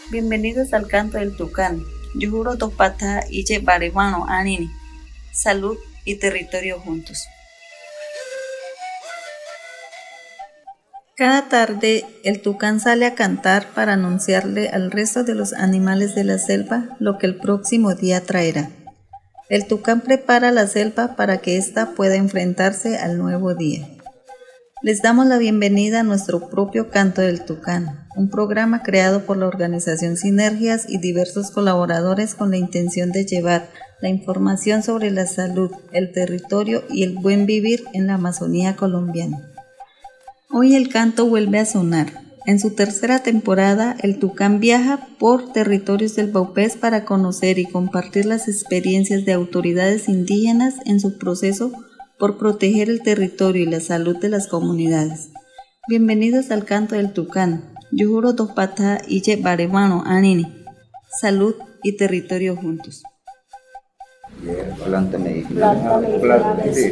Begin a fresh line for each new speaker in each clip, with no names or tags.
Bienvenidos al canto del tucán. Yujuro dos patas y baribano anini. Salud y territorio juntos. Cada tarde el tucán sale a cantar para anunciarle al resto de los animales de la selva lo que el próximo día traerá. El tucán prepara la selva para que ésta pueda enfrentarse al nuevo día. Les damos la bienvenida a nuestro propio Canto del Tucán, un programa creado por la organización Sinergias y diversos colaboradores con la intención de llevar la información sobre la salud, el territorio y el buen vivir en la Amazonía colombiana. Hoy el canto vuelve a sonar. En su tercera temporada, el tucán viaja por territorios del Vaupés para conocer y compartir las experiencias de autoridades indígenas en su proceso por proteger el territorio y la salud de las comunidades. Bienvenidos al canto del tucán. Yujuro dos patas y baremano anini. Salud y territorio juntos.
Planta medicinal. Sí.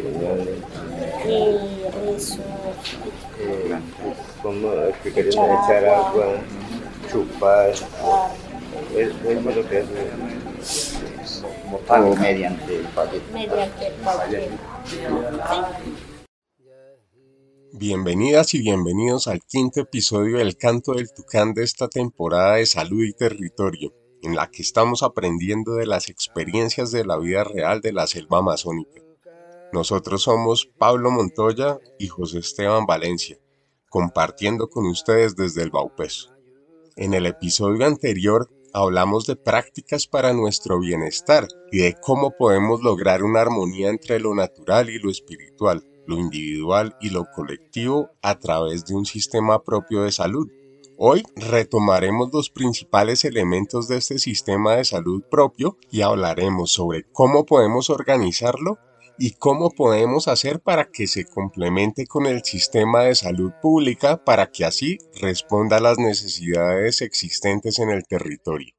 Como que querían echar agua, chupar, es lo que es o mediante el paquete.
Bienvenidas y bienvenidos al quinto episodio del Canto del Tucán de esta temporada de Salud y Territorio, en la que estamos aprendiendo de las experiencias de la vida real de la selva amazónica. Nosotros somos Pablo Montoya y José Esteban Valencia, compartiendo con ustedes desde el Vaupés. En el episodio anterior hablamos de prácticas para nuestro bienestar y de cómo podemos lograr una armonía entre lo natural y lo espiritual, lo individual y lo colectivo a través de un sistema propio de salud. Hoy retomaremos los principales elementos de este sistema de salud propio y hablaremos sobre cómo podemos organizarlo y cómo podemos hacer para que se complemente con el sistema de salud pública para que así responda a las necesidades existentes en el territorio.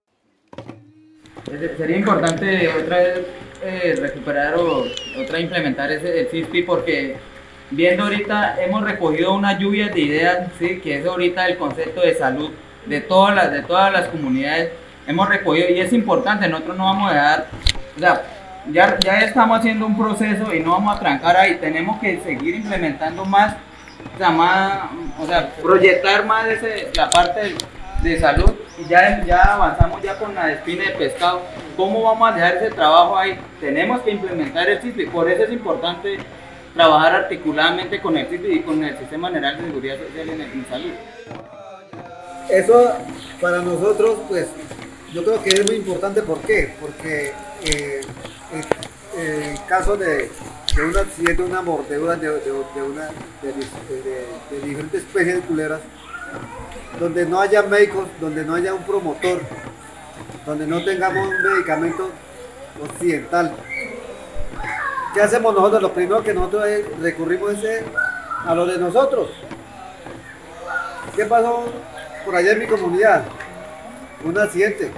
Sería importante otra vez recuperar o implementar el CISPI porque viendo ahorita hemos recogido una lluvia de ideas, ¿sí? Que es ahorita el concepto de salud de todas las comunidades, hemos recogido y es importante, nosotros no vamos a dejar, o sea, ya estamos haciendo un proceso y no vamos a trancar ahí, tenemos que seguir implementando más, proyectar más la parte de salud y ya avanzamos ya con la espina de pescado. ¿Cómo vamos a dejar ese trabajo ahí? Tenemos que implementar el CISPI, por eso es importante trabajar articuladamente con el CISPI y con el Sistema General de Seguridad Social en salud.
Eso para nosotros, pues, yo creo que es muy importante. ¿Por qué? Porque el caso de un accidente, una mordedura de diferentes especies de culebras, donde no haya médicos, donde no haya un promotor, donde no tengamos un medicamento occidental. ¿Qué hacemos nosotros? Lo primero que nosotros recurrimos es a lo de nosotros. ¿Qué pasó por allá en mi comunidad? Un accidente.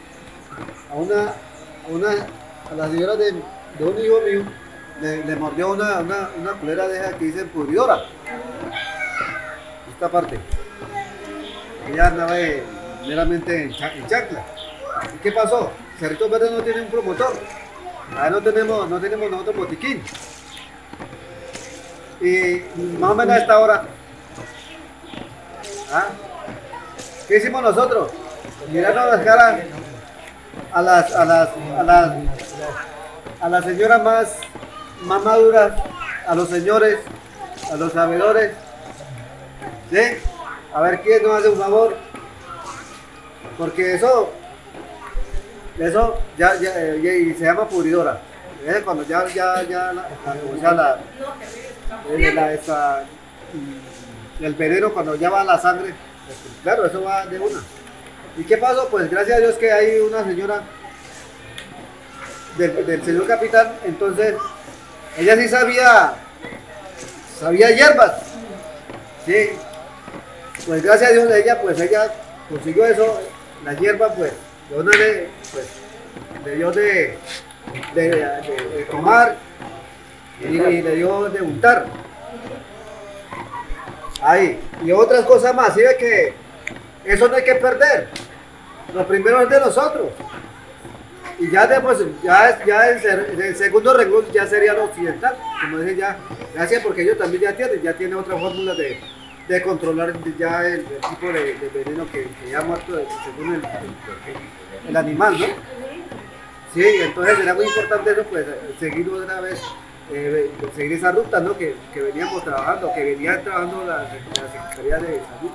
A la señora de un hijo mío le mordió una culebra de esa que dicen pudridora. Esta parte. Ella andaba meramente en chancla. ¿Y qué pasó? Cerrito Verde no tiene un promotor. Ahí no tenemos nosotros botiquín. Y más o menos a esta hora. ¿Qué hicimos nosotros? Mirarnos las caras a las señoras más maduras, a los señores, a los sabedores, ¿sí? A ver quién nos hace un favor, porque eso y se llama pudridora. Cuando el veneno cuando ya va a la sangre, claro, eso va de una. ¿Y qué pasó? Pues gracias a Dios que hay una señora del señor capitán, entonces ella sí sabía hierbas, sí. Pues gracias a Dios ella consiguió eso, las hierbas pues le dio de tomar y le dio de untar. Ahí. Y otras cosas más, ¿sí ve que eso no hay que perder? Lo primero es de nosotros. Y ya después, el segundo recurso ya sería lo occidental. Como dije ya, gracias porque ellos también ya tienen otra fórmula de controlar ya el tipo de veneno que ya ha muerto según el animal, ¿no? Sí, entonces era muy importante eso, pues seguir otra vez, seguir esa ruta, ¿no? Que veníamos trabajando, que venían trabajando la Secretaría de Salud.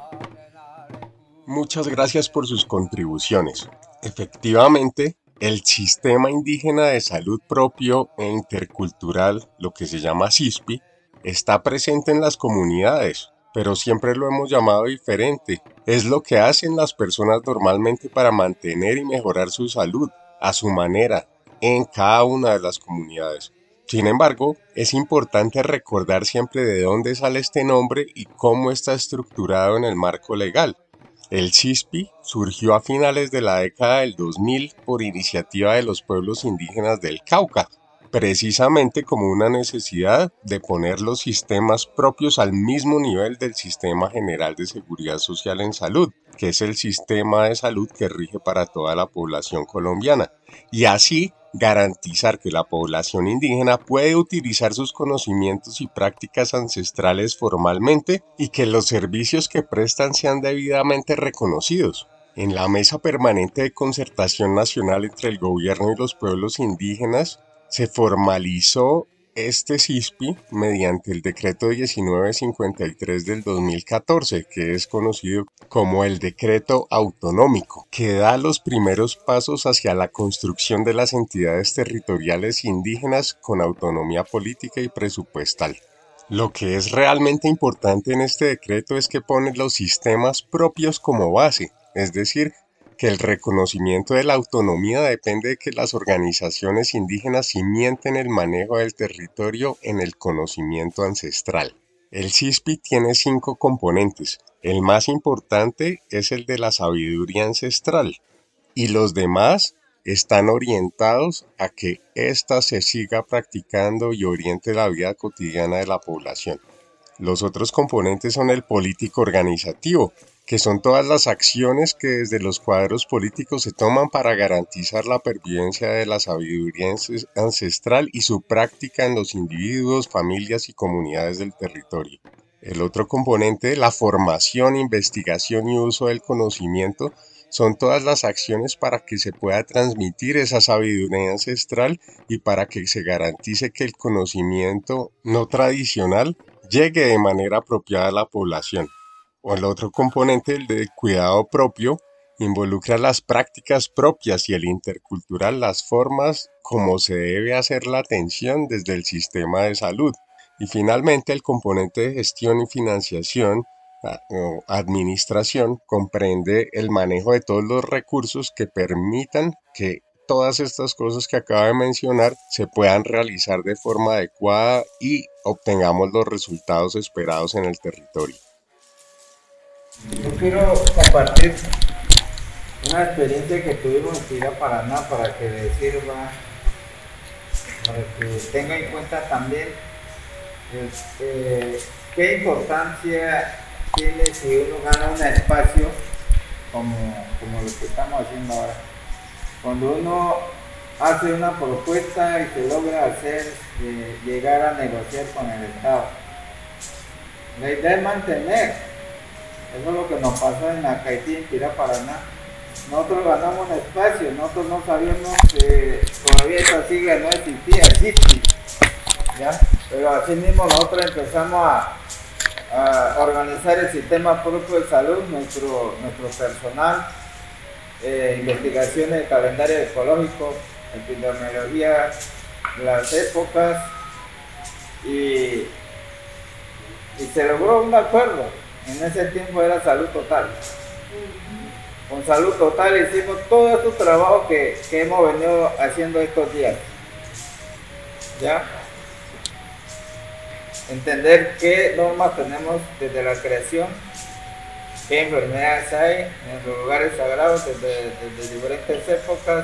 Muchas gracias por sus contribuciones. Efectivamente, el sistema indígena de salud propio e intercultural, lo que se llama SISPI, está presente en las comunidades, pero siempre lo hemos llamado diferente. Es lo que hacen las personas normalmente para mantener y mejorar su salud, a su manera, en cada una de las comunidades. Sin embargo, es importante recordar siempre de dónde sale este nombre y cómo está estructurado en el marco legal. El SISPI surgió a finales de la década del 2000 por iniciativa de los pueblos indígenas del Cauca, precisamente como una necesidad de poner los sistemas propios al mismo nivel del Sistema General de Seguridad Social en Salud, que es el sistema de salud que rige para toda la población colombiana, y así garantizar que la población indígena puede utilizar sus conocimientos y prácticas ancestrales formalmente y que los servicios que prestan sean debidamente reconocidos. En la Mesa Permanente de Concertación Nacional entre el Gobierno y los pueblos indígenas se formalizó este SISPI mediante el Decreto 1953 del 2014, que es conocido como el Decreto Autonómico, que da los primeros pasos hacia la construcción de las entidades territoriales indígenas con autonomía política y presupuestal. Lo que es realmente importante en este decreto es que pone los sistemas propios como base, es decir, que el reconocimiento de la autonomía depende de que las organizaciones indígenas cimienten el manejo del territorio en el conocimiento ancestral. El SISPI tiene 5 componentes. El más importante es el de la sabiduría ancestral y los demás están orientados a que ésta se siga practicando y oriente la vida cotidiana de la población. Los otros componentes son el político organizativo, que son todas las acciones que desde los cuadros políticos se toman para garantizar la pervivencia de la sabiduría ancestral y su práctica en los individuos, familias y comunidades del territorio. El otro componente, la formación, investigación y uso del conocimiento, son todas las acciones para que se pueda transmitir esa sabiduría ancestral y para que se garantice que el conocimiento no tradicional llegue de manera apropiada a la población. O el otro componente, el de cuidado propio, involucra las prácticas propias y el intercultural, las formas como se debe hacer la atención desde el sistema de salud. Y finalmente el componente de gestión y financiación o administración comprende el manejo de todos los recursos que permitan que todas estas cosas que acabo de mencionar se puedan realizar de forma adecuada y obtengamos los resultados esperados en el territorio.
Yo quiero compartir una experiencia que tuvimos en Ciudad Paraná para que les sirva, para que tenga en cuenta también qué importancia tiene si uno gana un espacio como lo que estamos haciendo ahora. Cuando uno hace una propuesta y se logra hacer, llegar a negociar con el Estado. La idea es mantener. Eso es lo que nos pasó en Acaití, en Tirá, Paraná. Nosotros ganamos un espacio, nosotros no sabíamos que todavía esa sigla no existía, existe, ¿ya? Pero así mismo nosotros empezamos a organizar el sistema propio de salud, nuestro personal, investigaciones de calendario ecológico, epidemiología, las épocas, y se logró un acuerdo. En ese tiempo era Salud Total. Con Salud Total hicimos todo este trabajo que hemos venido haciendo estos días. ¿Ya? Entender qué normas tenemos desde la creación, qué enfermedades hay en los lugares sagrados desde diferentes épocas.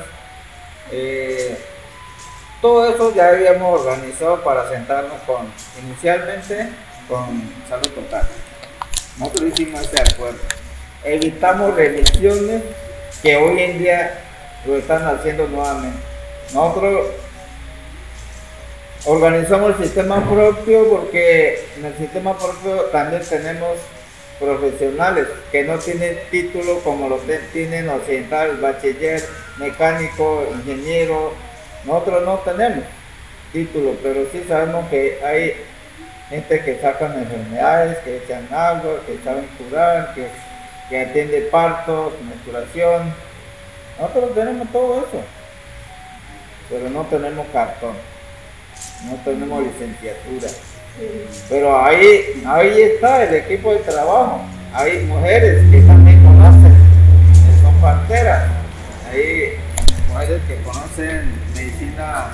Todo eso ya habíamos organizado para sentarnos inicialmente con Salud Total. Nosotros hicimos ese acuerdo. Evitamos religiones que hoy en día lo están haciendo nuevamente. Nosotros organizamos el sistema propio porque en el sistema propio también tenemos profesionales que no tienen título como lo tienen occidental, bachiller, mecánico, ingeniero. Nosotros no tenemos título, pero sí sabemos que hay gente que sacan enfermedades, que echan agua, que saben curar, que atiende partos, menstruación. Nosotros tenemos todo eso, pero no tenemos cartón, no tenemos licenciatura. Pero ahí está el equipo de trabajo. Hay mujeres que también conocen, que son parteras. Hay mujeres que conocen medicina,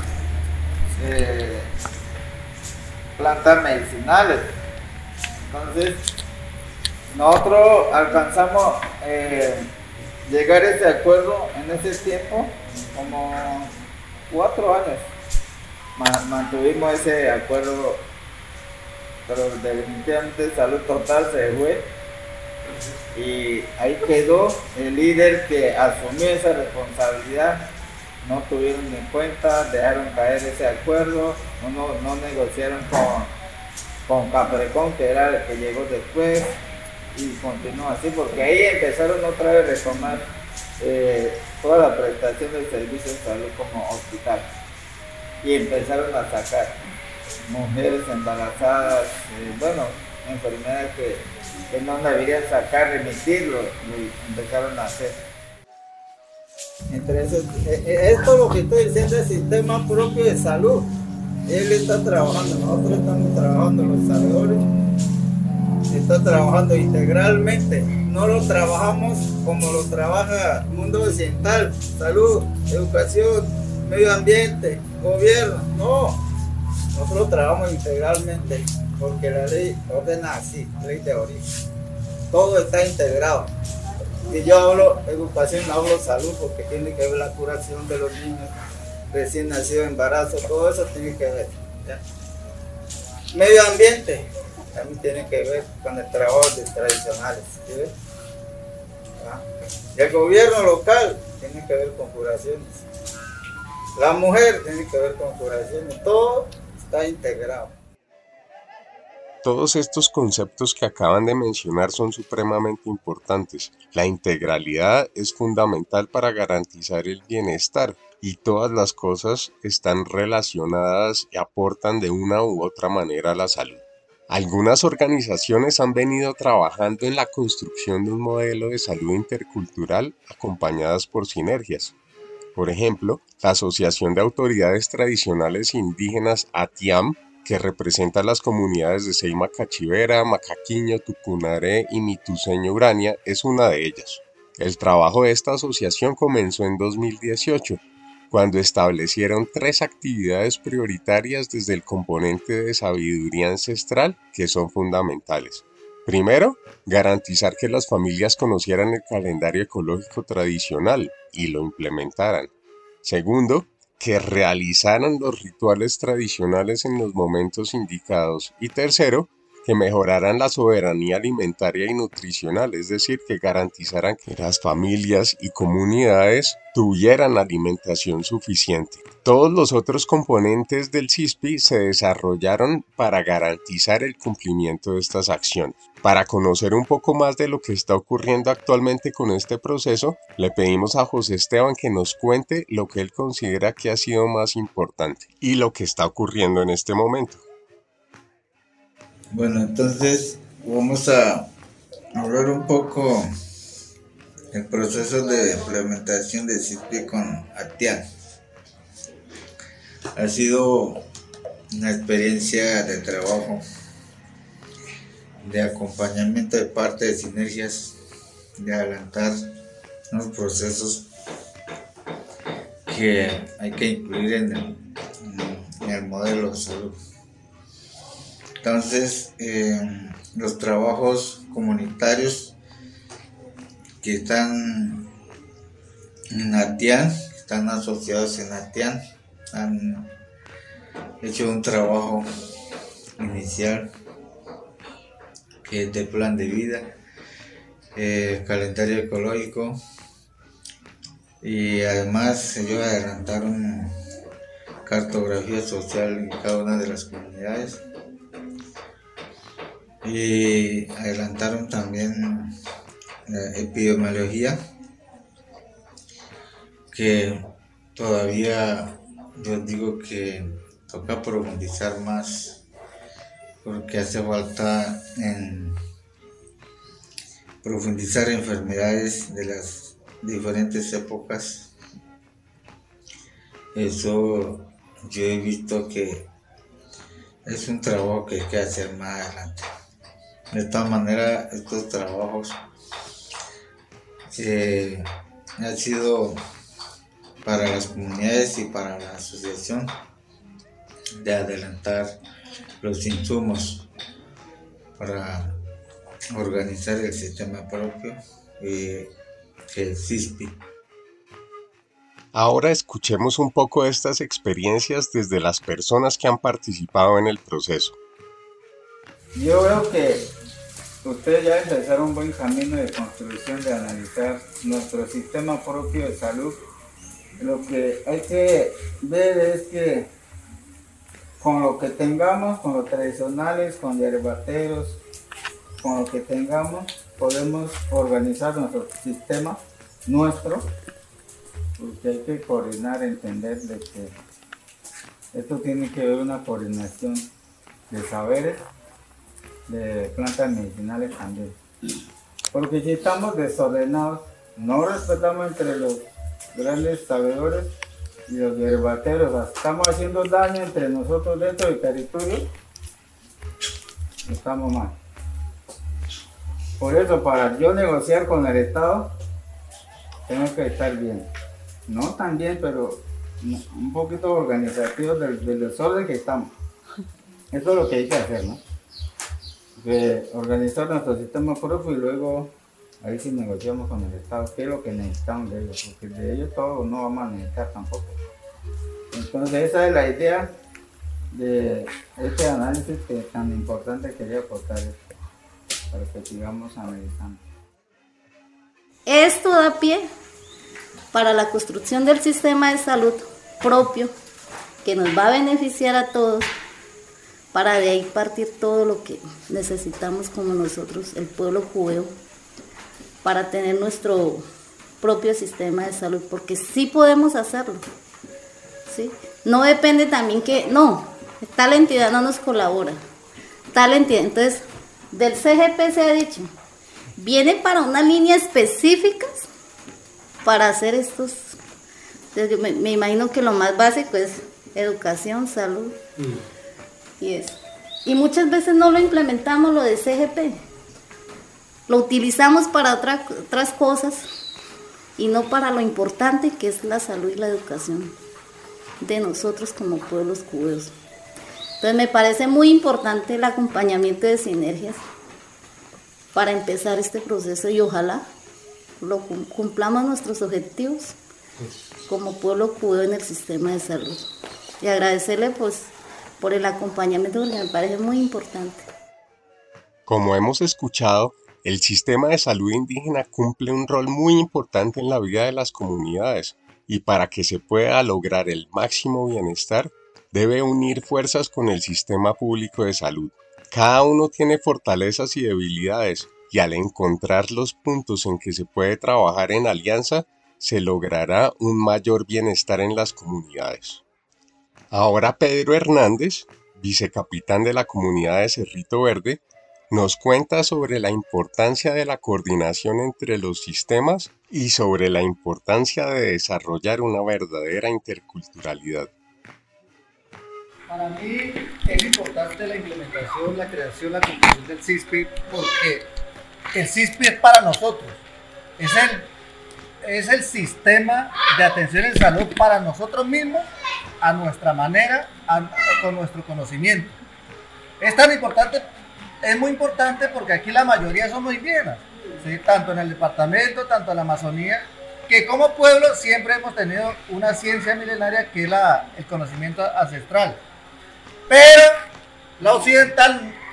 plantas medicinales. Entonces, nosotros alcanzamos llegar a ese acuerdo en ese tiempo, como 4 años. Mantuvimos ese acuerdo, pero definitivamente Salud Total se fue y ahí quedó el líder que asumió esa responsabilidad. No tuvieron en cuenta, dejaron caer ese acuerdo, no negociaron con Caprecon, que era el que llegó después, y continuó así, porque ahí empezaron otra vez a retomar toda la prestación del servicio de salud como hospital, y empezaron a sacar mujeres embarazadas, enfermedades que no deberían sacar, remitirlo, y empezaron a hacer. Entre eso, esto lo que estoy diciendo es el sistema propio de salud. Él está trabajando, nosotros estamos trabajando, los sabedores está trabajando integralmente. No lo trabajamos como lo trabaja el mundo occidental: salud, educación, medio ambiente, gobierno. No, nosotros trabajamos integralmente porque la ley ordena así, ley de origen. Todo está integrado. Y yo hablo educación, hablo salud, porque tiene que ver la curación de los niños recién nacidos, embarazo, todo eso tiene que ver, ¿ya? Medio ambiente también tiene que ver con el trabajo de tradicionales, ¿sí? Y el gobierno local tiene que ver con curaciones, la mujer tiene que ver con curaciones, todo está integrado.
Todos estos conceptos que acaban de mencionar son supremamente importantes. La integralidad es fundamental para garantizar el bienestar y todas las cosas están relacionadas y aportan de una u otra manera a la salud. Algunas organizaciones han venido trabajando en la construcción de un modelo de salud intercultural acompañadas por sinergias. Por ejemplo, la Asociación de Autoridades Tradicionales Indígenas ATIAM, que representa a las comunidades de Seima Cachivera, Macaquiño, Tucunaré y Mituseño Urania, es una de ellas. El trabajo de esta asociación comenzó en 2018, cuando establecieron 3 actividades prioritarias desde el componente de sabiduría ancestral que son fundamentales. Primero, garantizar que las familias conocieran el calendario ecológico tradicional y lo implementaran. Segundo, que realizaran los rituales tradicionales en los momentos indicados. Y tercero, que mejoraran la soberanía alimentaria y nutricional, es decir, que garantizaran que las familias y comunidades tuvieran alimentación suficiente. Todos los otros componentes del CISPI se desarrollaron para garantizar el cumplimiento de estas acciones. Para conocer un poco más de lo que está ocurriendo actualmente con este proceso, le pedimos a José Esteban que nos cuente lo que él considera que ha sido más importante y lo que está ocurriendo en este momento.
Bueno, entonces vamos a hablar un poco del proceso de implementación de CISPI con ATIAM. Ha sido una experiencia de trabajo, de acompañamiento de parte de sinergias, de adelantar los procesos que hay que incluir en el modelo de salud. Entonces, los trabajos comunitarios que están en ATIAM, están asociados en ATIAM, han hecho un trabajo inicial que es de plan de vida, calendario ecológico, y además ellos adelantaron cartografía social en cada una de las comunidades y adelantaron también la epidemiología, que todavía yo digo que toca profundizar más porque hace falta en profundizar enfermedades de las diferentes épocas. Eso yo he visto que es un trabajo que hay que hacer más adelante. De todas maneras, estos trabajos han sido para las comunidades y para la asociación de adelantar los insumos para organizar el sistema propio que el CISPI.
Ahora escuchemos un poco de estas experiencias desde las personas que han participado en el proceso.
Yo veo que ustedes ya empezaron un buen camino de construcción, de analizar nuestro sistema propio de salud. Lo que hay que ver es que con lo que tengamos, con los tradicionales, con hierbateros, con lo que tengamos, podemos organizar nuestro sistema, porque hay que coordinar, entender de que esto tiene que ver una coordinación de saberes, de plantas medicinales también. Porque si estamos desordenados, no respetamos entre los grandes sabedores y los hierbateros, estamos haciendo daño entre nosotros dentro del territorio, estamos mal. Por eso, para yo negociar con el Estado, tengo que estar bien. No tan bien, pero un poquito organizativos del desorden que estamos. Eso es lo que hay que hacer, ¿no? De organizar nuestro sistema propio y luego ahí sí negociamos con el Estado qué es lo que necesitamos de ellos, porque de ellos todos no vamos a necesitar tampoco. Entonces esa es la idea de este análisis que tan importante quería aportar para que sigamos analizando.
Esto da pie para la construcción del sistema de salud propio que nos va a beneficiar a todos, para de ahí partir todo lo que necesitamos como nosotros, el pueblo cubeo, para tener nuestro propio sistema de salud, porque sí podemos hacerlo, ¿sí? No depende también tal entidad no nos colabora, tal entidad, entonces del CGP se ha dicho, viene para una línea específica para hacer estos, me imagino que lo más básico es educación, salud, y eso. Y muchas veces no lo implementamos lo de CGP, lo utilizamos para otras cosas y no para lo importante que es la salud y la educación de nosotros como pueblos cubeos. Entonces me parece muy importante el acompañamiento de sinergias para empezar este proceso y ojalá cumplamos nuestros objetivos como pueblo cubeo en el sistema de salud. Y agradecerle pues por el acompañamiento, porque me parece muy importante.
Como hemos escuchado, el sistema de salud indígena cumple un rol muy importante en la vida de las comunidades y para que se pueda lograr el máximo bienestar, debe unir fuerzas con el sistema público de salud. Cada uno tiene fortalezas y debilidades y al encontrar los puntos en que se puede trabajar en alianza, se logrará un mayor bienestar en las comunidades. Ahora Pedro Hernández, vicecapitán de la comunidad de Cerrito Verde, nos cuenta sobre la importancia de la coordinación entre los sistemas y sobre la importancia de desarrollar una verdadera interculturalidad.
Para mí es importante la implementación, la creación, la construcción del CISPI, porque el CISPI es para nosotros, es el sistema de atención en salud para nosotros mismos, a nuestra manera, con nuestro conocimiento. Es tan importante, es muy importante porque aquí la mayoría somos indígenas, ¿sí? Tanto en el departamento, tanto en la Amazonía, que como pueblo siempre hemos tenido una ciencia milenaria que es el conocimiento ancestral. Pero la occidental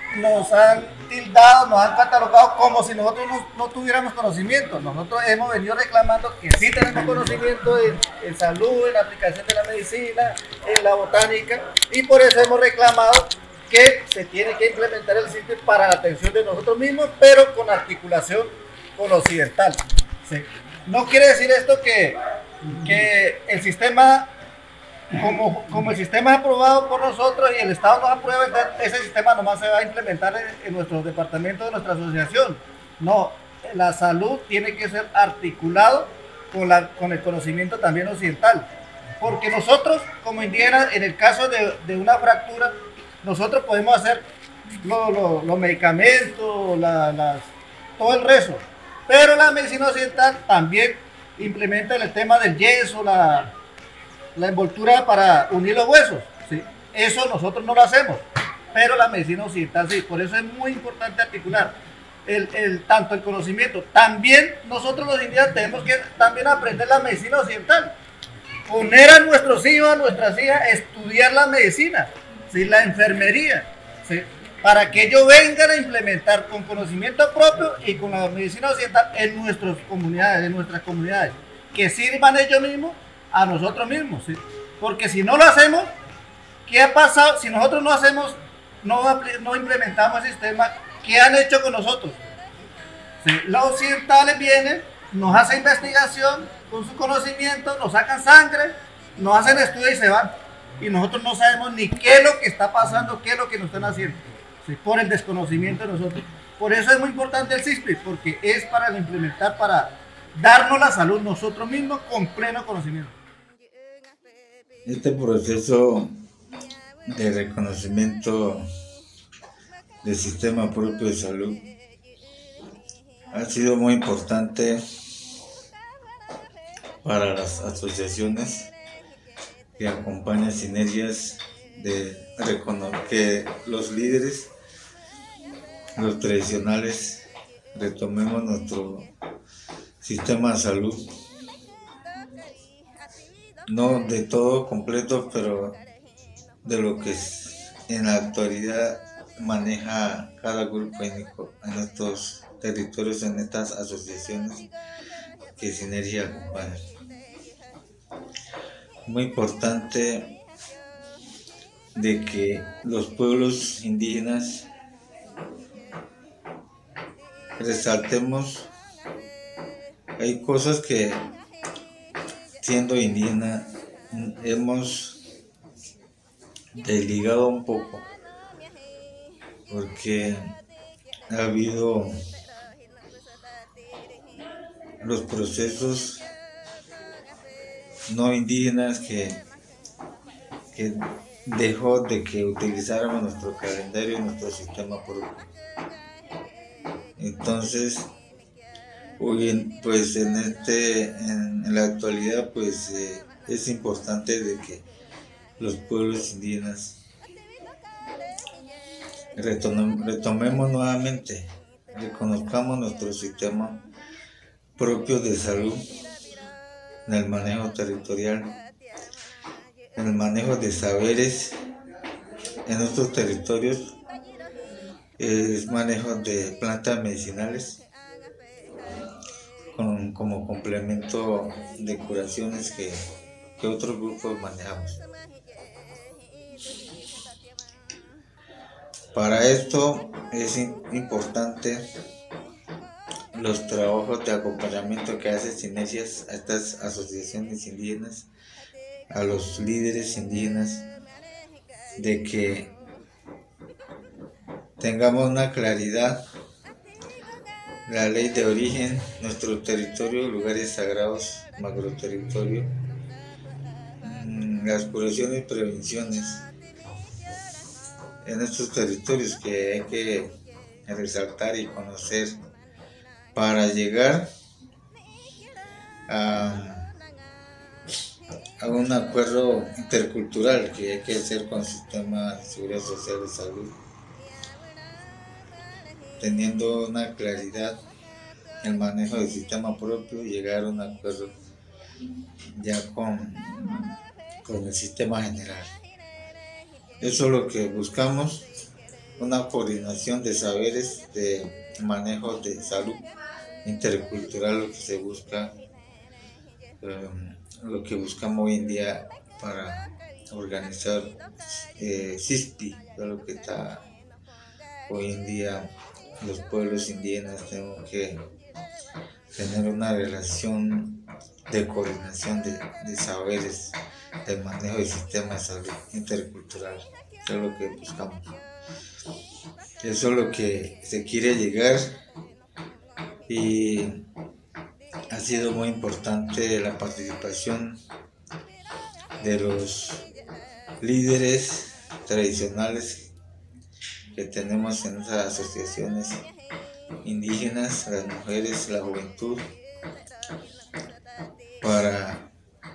nos han tildado, nos han catalogado como si nosotros no tuviéramos conocimiento. Nosotros hemos venido reclamando que sí tenemos conocimiento en salud, en la aplicación de la medicina, en la botánica, y por eso hemos reclamado que se tiene que implementar el CISPI para la atención de nosotros mismos, pero con articulación con lo occidental. Sí. No quiere decir esto que el sistema, como el sistema es aprobado por nosotros y el Estado nos aprueba, ese sistema nomás se va a implementar en nuestros departamentos de nuestra asociación. No, la salud tiene que ser articulado con el conocimiento también occidental. Porque nosotros, como indígenas, en el caso de una fractura, nosotros podemos hacer los medicamentos, todo el resto. Pero la medicina occidental también implementa el tema del yeso, la envoltura para unir los huesos. ¿Sí? Eso nosotros no lo hacemos, pero la medicina occidental sí. Por eso es muy importante articular tanto el conocimiento. También nosotros los indígenas tenemos que también aprender la medicina occidental. Poner a nuestros hijos, a nuestras hijas, a estudiar la medicina, ¿sí? La enfermería, ¿sí? Para que ellos vengan a implementar con conocimiento propio y con la medicina occidental en nuestras comunidades, que sirvan ellos mismos a nosotros mismos, ¿sí? Porque si no lo hacemos, ¿qué ha pasado? Si nosotros no hacemos, no implementamos el sistema, ¿qué han hecho con nosotros? ¿Sí? Los occidentales vienen, nos hacen investigación con su conocimiento, nos sacan sangre, nos hacen estudios y se van. Y nosotros no sabemos ni qué es lo que está pasando, qué es lo que nos están haciendo, ¿sí? Por el desconocimiento de nosotros. Por eso es muy importante el CISPI, porque es para implementar, para darnos la salud nosotros mismos con pleno conocimiento.
Este proceso de reconocimiento del sistema propio de salud ha sido muy importante para las asociaciones que acompañan sinergias que los líderes, los tradicionales, retomemos nuestro sistema de salud. No de todo completo, pero de lo que en la actualidad maneja cada grupo étnico en estos territorios, en estas asociaciones que Sinergia acompaña. Muy importante de que los pueblos indígenas resaltemos. Hay cosas que siendo indígena hemos desligado un poco, porque ha habido los procesos no indígenas que dejó de que utilizáramos nuestro calendario y nuestro sistema propio. Entonces, hoy pues en la actualidad pues es importante de que los pueblos indígenas retomemos nuevamente, reconozcamos nuestro sistema propio de salud en el manejo territorial, en el manejo de saberes en nuestros territorios, es manejo de plantas medicinales como complemento de curaciones que otros grupos manejamos. Para esto es importante los trabajos de acompañamiento que hace Sinergias a estas asociaciones indígenas, a los líderes indígenas, de que tengamos una claridad, la ley de origen, nuestro territorio, lugares sagrados, macroterritorio, las curaciones y prevenciones en estos territorios que hay que resaltar y conocer para llegar a un acuerdo intercultural que hay que hacer con el sistema de seguridad social y salud, teniendo una claridad en el manejo del sistema propio y llegar a un acuerdo ya con el sistema general. Eso es lo que buscamos una coordinación de saberes de manejo de salud intercultural, lo que se busca, lo que buscamos hoy en día para organizar CISPI, lo que está hoy en día. Los pueblos indígenas tenemos que tener una relación de coordinación de saberes del manejo del sistema de salud intercultural. Eso es lo que buscamos. Eso es lo que se quiere llegar, y ha sido muy importante la participación de los líderes tradicionales que tenemos en esas asociaciones indígenas, las mujeres, la juventud, para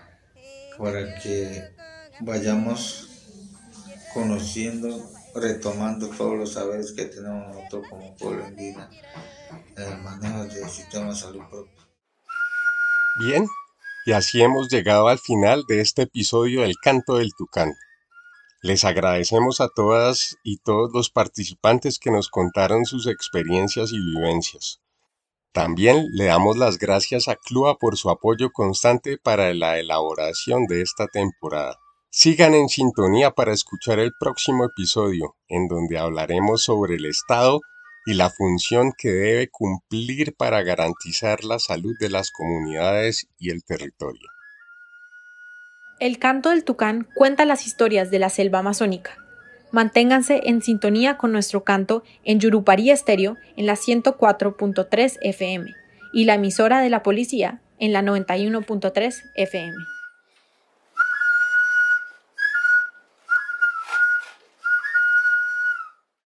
que vayamos conociendo, retomando todos los saberes que tenemos nosotros como pueblo indígena en el manejo del sistema de salud propio.
Bien, y así hemos llegado al final de este episodio del Canto del Tucán. Les agradecemos a todas y todos los participantes que nos contaron sus experiencias y vivencias. También le damos las gracias a CLUA por su apoyo constante para la elaboración de esta temporada. Sigan en sintonía para escuchar el próximo episodio, en donde hablaremos sobre el Estado y la función que debe cumplir para garantizar la salud de las comunidades y el territorio.
El Canto del Tucán cuenta las historias de la selva amazónica. Manténganse en sintonía con nuestro canto en Yurupari Estéreo en la 104.3 FM y la emisora de la policía en la 91.3 FM.